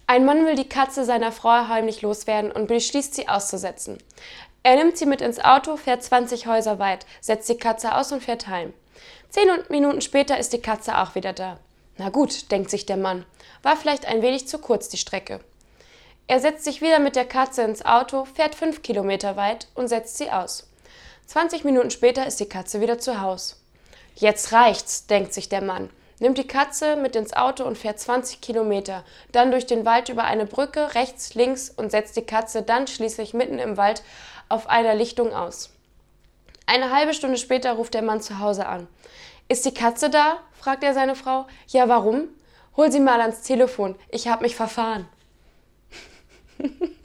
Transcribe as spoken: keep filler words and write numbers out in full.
Ein Mann will die Katze seiner Frau heimlich loswerden und beschließt, sie auszusetzen. Er nimmt sie mit ins Auto, fährt zwanzig Häuser weit, setzt die Katze aus und fährt heim. Zehn Minuten später ist die Katze auch wieder da. Na gut, denkt sich der Mann, war vielleicht ein wenig zu kurz die Strecke. Er setzt sich wieder mit der Katze ins Auto, fährt fünf Kilometer weit und setzt sie aus. zwanzig Minuten später ist die Katze wieder zu Haus. Jetzt reicht's, denkt sich der Mann, nimmt die Katze mit ins Auto und fährt zwanzig Kilometer, dann durch den Wald über eine Brücke, rechts, links und setzt die Katze dann schließlich mitten im Wald auf einer Lichtung aus. Eine halbe Stunde später ruft der Mann zu Hause an. »Ist die Katze da?« fragt er seine Frau. »Ja, warum?« »Hol sie mal ans Telefon, ich hab mich verfahren.«